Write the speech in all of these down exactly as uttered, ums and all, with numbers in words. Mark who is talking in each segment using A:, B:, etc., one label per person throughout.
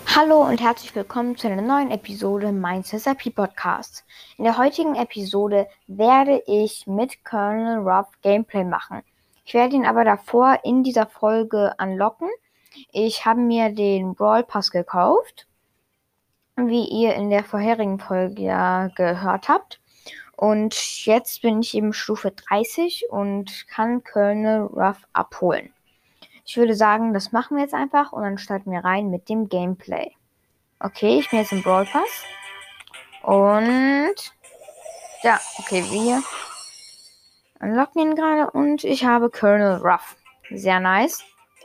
A: Hallo und herzlich willkommen zu einer neuen Episode meines S R P Podcasts. In der heutigen Episode werde ich mit Colonel Ruff Gameplay machen. Ich werde ihn aber davor in dieser Folge unlocken. Ich habe mir den Brawl Pass gekauft, wie ihr in der vorherigen Folge ja gehört habt. Und jetzt bin ich eben Stufe dreißig und kann Colonel Ruff abholen. Ich würde sagen, das machen wir jetzt einfach und dann starten wir rein mit dem Gameplay. Okay, ich bin jetzt im Brawl Pass. Und ja, okay, wir unlocken ihn gerade und ich habe Colonel Ruff. Sehr nice.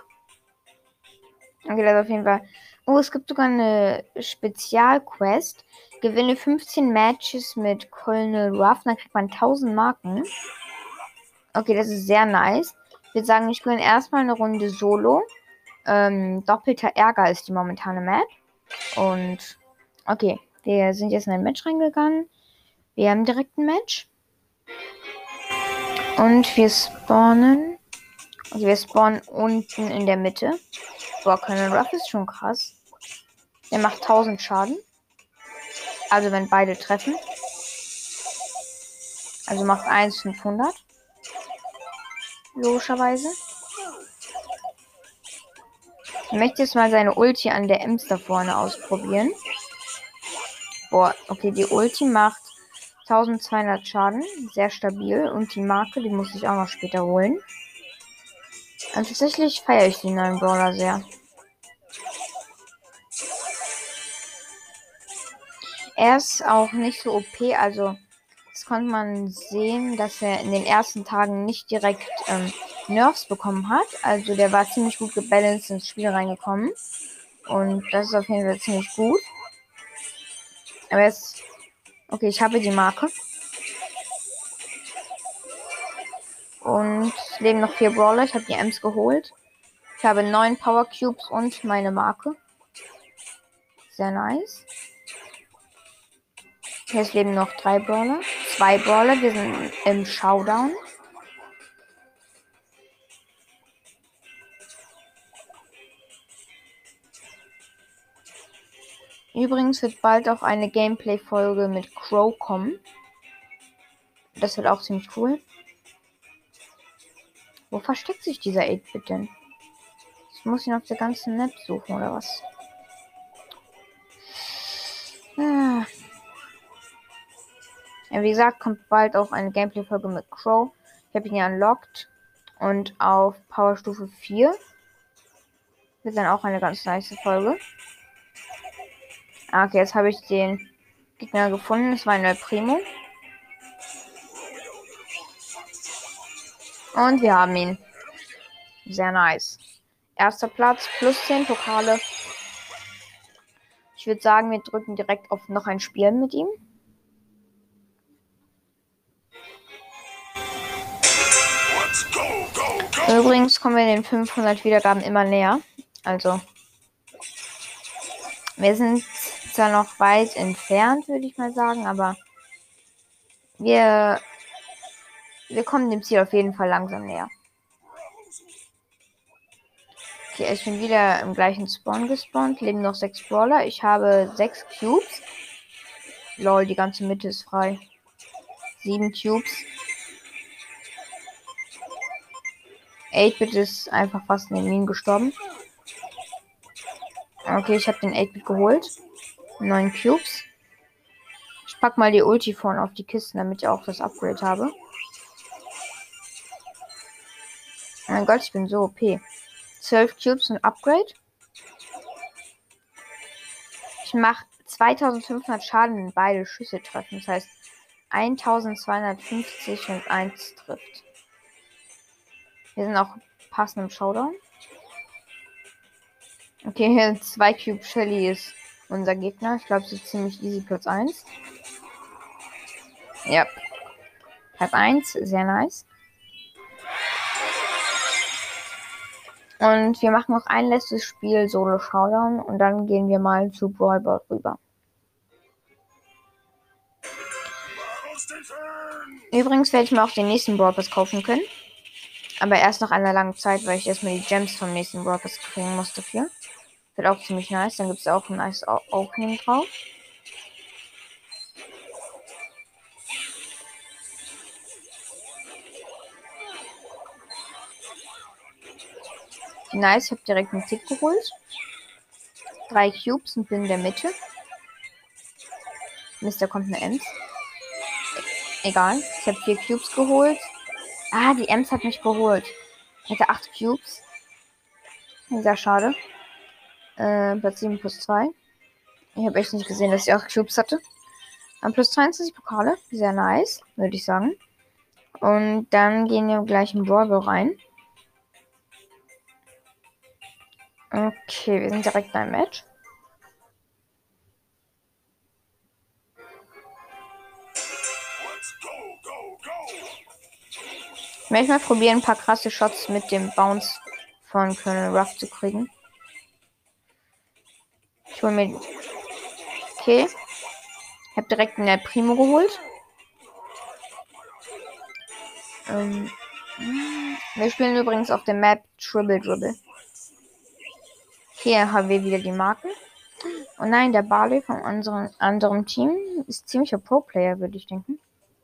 A: Okay, das ist auf jeden Fall. Oh, es gibt sogar eine Spezialquest. Gewinne fünfzehn Matches mit Colonel Ruff, dann kriegt man tausend Marken. Okay, das ist sehr nice. Ich würde sagen, ich gewinne erstmal eine Runde Solo. Ähm, doppelter Ärger ist die momentane Map. Und okay, wir sind jetzt in ein Match reingegangen. Wir haben direkt ein Match. Und wir spawnen. Okay, wir spawnen unten in der Mitte. Boah, Colonel Ruff ist schon krass. Der macht tausend Schaden. Also wenn beide treffen. Also macht eins fünfhundert. Logischerweise. Ich möchte jetzt mal seine Ulti an der Ems da vorne ausprobieren. Boah, okay, die Ulti macht eintausendzweihundert Schaden. Sehr stabil. Und die Marke, die muss ich auch noch später holen. Und tatsächlich feiere ich den neuen Brawler sehr. Er ist auch nicht so O P, also das konnte man sehen, dass er in den ersten Tagen nicht direkt ähm, Nerfs bekommen hat. Also der war ziemlich gut gebalanced ins Spiel reingekommen. Und das ist auf jeden Fall ziemlich gut. Aber jetzt... Okay, ich habe die Marke. Und es leben noch vier Brawler. Ich habe die Ems geholt. Ich habe neun Power Cubes und meine Marke. Sehr nice. Jetzt leben noch drei Brawler. Zwei Brawler. Wir sind im Showdown. Übrigens wird bald auch eine Gameplay-Folge mit Crow kommen. Das wird auch ziemlich cool. Wo versteckt sich dieser acht-Bit denn? Ich muss ihn auf der ganzen Map suchen, oder was? Ah. Ja, wie gesagt, kommt bald auch eine Gameplay-Folge mit Crow. Ich habe ihn ja unlocked. Und auf Powerstufe vier wird dann auch eine ganz nice Folge. Ah, okay, jetzt habe ich den Gegner gefunden. Es war ein Primo. Und wir haben ihn. Sehr nice. Erster Platz, plus zehn Pokale. Ich würde sagen, wir drücken direkt auf noch ein Spiel mit ihm. Übrigens kommen wir den fünfhundert Wiedergaben immer näher. Also, wir sind zwar noch weit entfernt, würde ich mal sagen, aber wir, wir kommen dem Ziel auf jeden Fall langsam näher. Okay, ich bin wieder im gleichen Spawn gespawnt. Leben noch sechs Brawler. Ich habe sechs Cubes. Lol, die ganze Mitte ist frei. Sieben Cubes. acht-Bit ist einfach fast neben ihm gestorben. Okay, ich habe den acht-Bit geholt. neun Cubes. Ich pack mal die Ulti vorne auf die Kisten, damit ich auch das Upgrade habe. Oh mein Gott, ich bin so O P. zwölf Cubes und Upgrade. Ich mache zweitausendfünfhundert Schaden, wenn beide Schüsse treffen. Das heißt eintausendzweihundertfünfzig, wenn eins trifft. Wir sind auch passend im Showdown. Okay, hier zwei Cube Shelly ist unser Gegner. Ich glaube, es ist ziemlich easy Platz eins. Ja. Type eins, sehr nice. Und wir machen noch ein letztes Spiel, Solo Showdown. Und dann gehen wir mal zu Brawl Ball rüber. Übrigens werde ich mir auch den nächsten Brawl Pass kaufen können. Aber erst nach einer langen Zeit, weil ich erstmal die Gems vom nächsten Brawl Pass kriegen muss dafür. Wird auch ziemlich nice. Dann gibt es auch ein nice Opening drauf. Nice, ich habe direkt einen Tick geholt. Drei Cubes und bin in der Mitte. Mist, da kommt eine Ems. Egal, ich habe vier Cubes geholt. Ah, die Ems hat mich geholt. Ich hatte acht Cubes. Sehr schade. Äh, Platz sieben plus zwei. Ich habe echt nicht gesehen, dass ich auch Cubes hatte. Am plus zweiundzwanzig Pokale. Sehr nice, würde ich sagen. Und dann gehen wir gleich in Brawl Ball rein. Okay, wir sind direkt beim Match. Ich möchte mal probieren, ein paar krasse Shots mit dem Bounce von Colonel Ruff zu kriegen. Ich hole mir. Okay. Ich habe direkt einen Primo geholt. Ähm, wir spielen übrigens auf der Map Dribble Dribble. Hier haben wir wieder die Marken. Und nein, der Barley von unserem anderen Team ist ziemlicher Pro-Player, würde ich denken.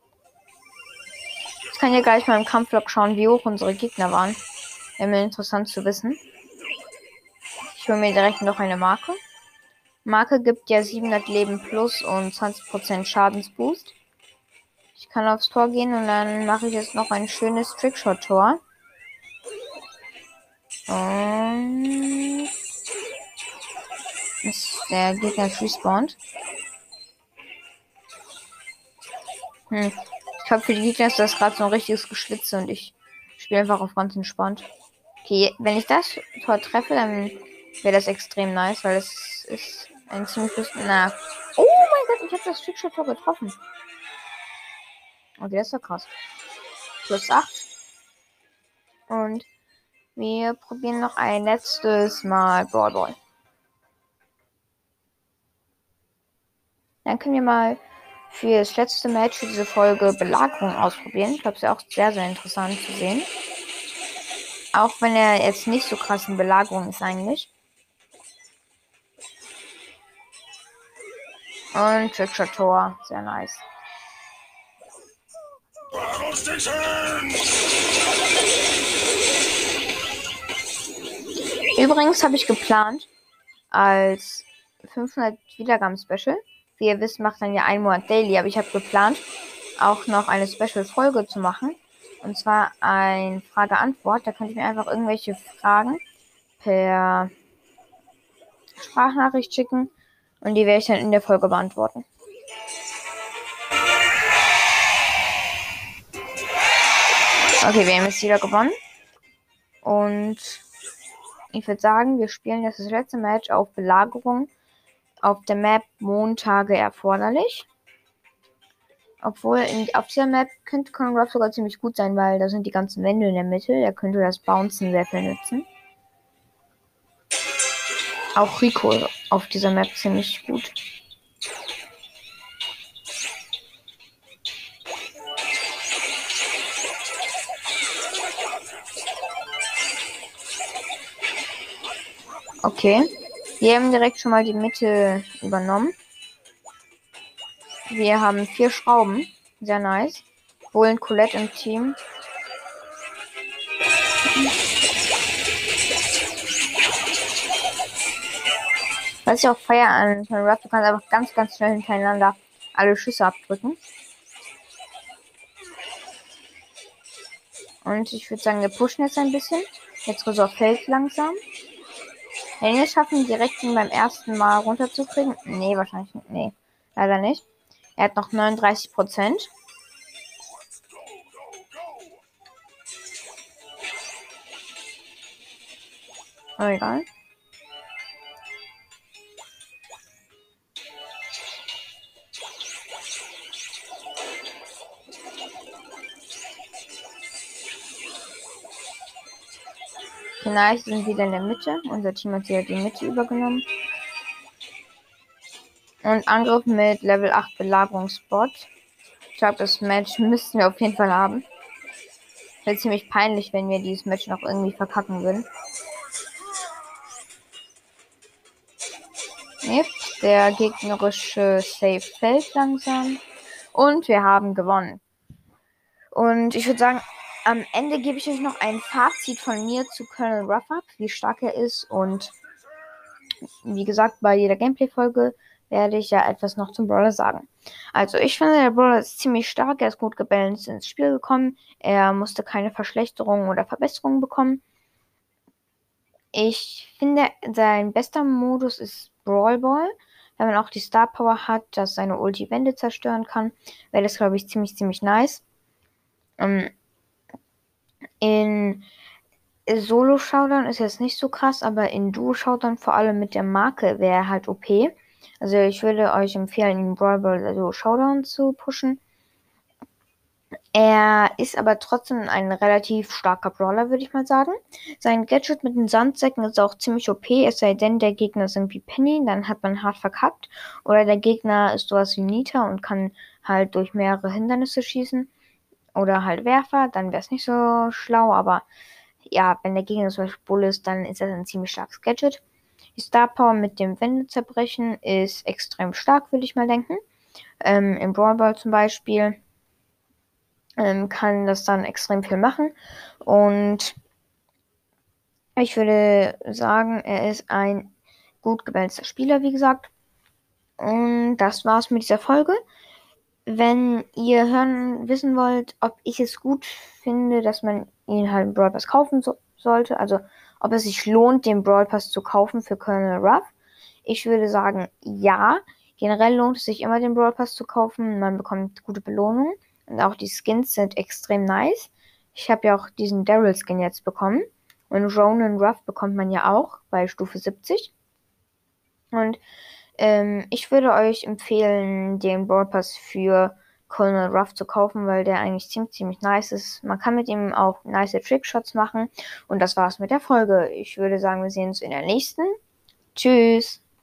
A: Ich kann ja gleich mal im Kampflog schauen, wie hoch unsere Gegner waren. Wäre mir interessant zu wissen. Ich hole mir direkt noch eine Marke. Marke gibt ja siebenhundert Leben plus und zwanzig Prozent Schadensboost. Ich kann aufs Tor gehen und dann mache ich jetzt noch ein schönes Trickshot-Tor. Und ist der Gegner respawned. Hm. Ich glaube, für die Gegner ist das gerade so ein richtiges Geschwitze und ich spiele einfach auf ganz entspannt. Okay, wenn ich das Tor treffe, dann wäre das extrem nice, weil es ist ein ziemlich na. Oh mein Gott, ich habe das Trickshot-Tor getroffen. Okay, das ist ja krass. Plus acht. Und wir probieren noch ein letztes Mal Brawl Ball. Dann können wir mal für das letzte Match für diese Folge Belagerung ausprobieren. Ich glaube, es ist ja auch sehr, sehr interessant zu sehen. Auch wenn er jetzt nicht so krass in Belagerung ist eigentlich. Und Trickshot Tor. Sehr nice. Übrigens habe ich geplant, als fünfhundert Wiedergaben Special. Wie ihr wisst, macht dann ja ein Monat Daily, aber ich habe geplant, auch noch eine Special-Folge zu machen. Und zwar ein Frage-Antwort. Da könnt ihr mir einfach irgendwelche Fragen per Sprachnachricht schicken. Und die werde ich dann in der Folge beantworten. Okay, wir haben jetzt wieder gewonnen. Und ich würde sagen, wir spielen jetzt das letzte Match auf Belagerung auf der Map Montage erforderlich. Obwohl, in, auf dieser Map könnte Colonel Ruff sogar ziemlich gut sein, weil da sind die ganzen Wände in der Mitte. Der könnte das Bouncen sehr viel nutzen. Auch Rico auf dieser Map ziemlich gut. Okay. Wir haben direkt schon mal die Mitte übernommen. Wir haben vier Schrauben. Sehr nice. Holen Colette im Team. Was ich auch feier an Ruff, du kannst einfach ganz, ganz schnell hintereinander alle Schüsse abdrücken. Und ich würde sagen, wir pushen jetzt ein bisschen. Jetzt so auf Feld langsam. Wenn wir es schaffen, direkt ihn beim ersten Mal runterzukriegen. Nee, wahrscheinlich nicht. Nee, leider nicht. Er hat noch neununddreißig Prozent. Oh, egal. Okay, nice, sind wieder in der Mitte. Unser Team hat wieder die Mitte übergenommen. Und Angriff mit Level acht Belagerungsbot. Ich glaube, das Match müssten wir auf jeden Fall haben. Wäre ziemlich peinlich, wenn wir dieses Match noch irgendwie verkacken würden. Yep, der gegnerische Safe fällt langsam. Und wir haben gewonnen. Und ich würde sagen, am Ende gebe ich euch noch ein Fazit von mir zu Colonel Ruff ab, wie stark er ist. Und wie gesagt, bei jeder Gameplay-Folge werde ich ja etwas noch zum Brawler sagen. Also ich finde, der Brawler ist ziemlich stark. Er ist gut gebalanced ins Spiel gekommen. Er musste keine Verschlechterungen oder Verbesserungen bekommen. Ich finde, sein bester Modus ist Brawl Ball. Wenn man auch die Star Power hat, dass seine Ulti Wände zerstören kann, wäre das, glaube ich, ziemlich, ziemlich nice. Ähm, in Solo-Showdown ist jetzt nicht so krass, aber in Duo-Showdown vor allem mit der Marke wäre halt O P. Also ich würde euch empfehlen, in Brawl Ball also Showdown zu pushen. Er ist aber trotzdem ein relativ starker Brawler, würde ich mal sagen. Sein Gadget mit den Sandsäcken ist auch ziemlich O P, es sei denn, der Gegner ist irgendwie Penny, dann hat man hart verkackt. Oder der Gegner ist sowas wie Nita und kann halt durch mehrere Hindernisse schießen. Oder halt Werfer, dann wäre es nicht so schlau, aber ja, wenn der Gegner zum Beispiel Bull ist, dann ist das ein ziemlich starkes Gadget. Die Star Power mit dem Wände zerbrechen ist extrem stark, würde ich mal denken. Ähm, Im Brawl Ball zum Beispiel ähm, kann das dann extrem viel machen. Und ich würde sagen, er ist ein gut gebalanceder Spieler, wie gesagt. Und das war's mit dieser Folge. Wenn ihr hören, wissen wollt, ob ich es gut finde, dass man ihn halt im Brawl Pass kaufen so sollte, also ob es sich lohnt, den Brawl Pass zu kaufen für Colonel Ruff, ich würde sagen, ja. Generell lohnt es sich immer, den Brawl Pass zu kaufen. Man bekommt gute Belohnungen. Und auch die Skins sind extrem nice. Ich habe ja auch diesen Daryl-Skin jetzt bekommen. Und Ronan Ruff bekommt man ja auch bei Stufe siebzig. Und ähm, ich würde euch empfehlen, den Brawl Pass für Colonel Ruff zu kaufen, weil der eigentlich ziemlich, ziemlich nice ist. Man kann mit ihm auch nice Trickshots machen. Und das war's mit der Folge. Ich würde sagen, wir sehen uns in der nächsten. Tschüss.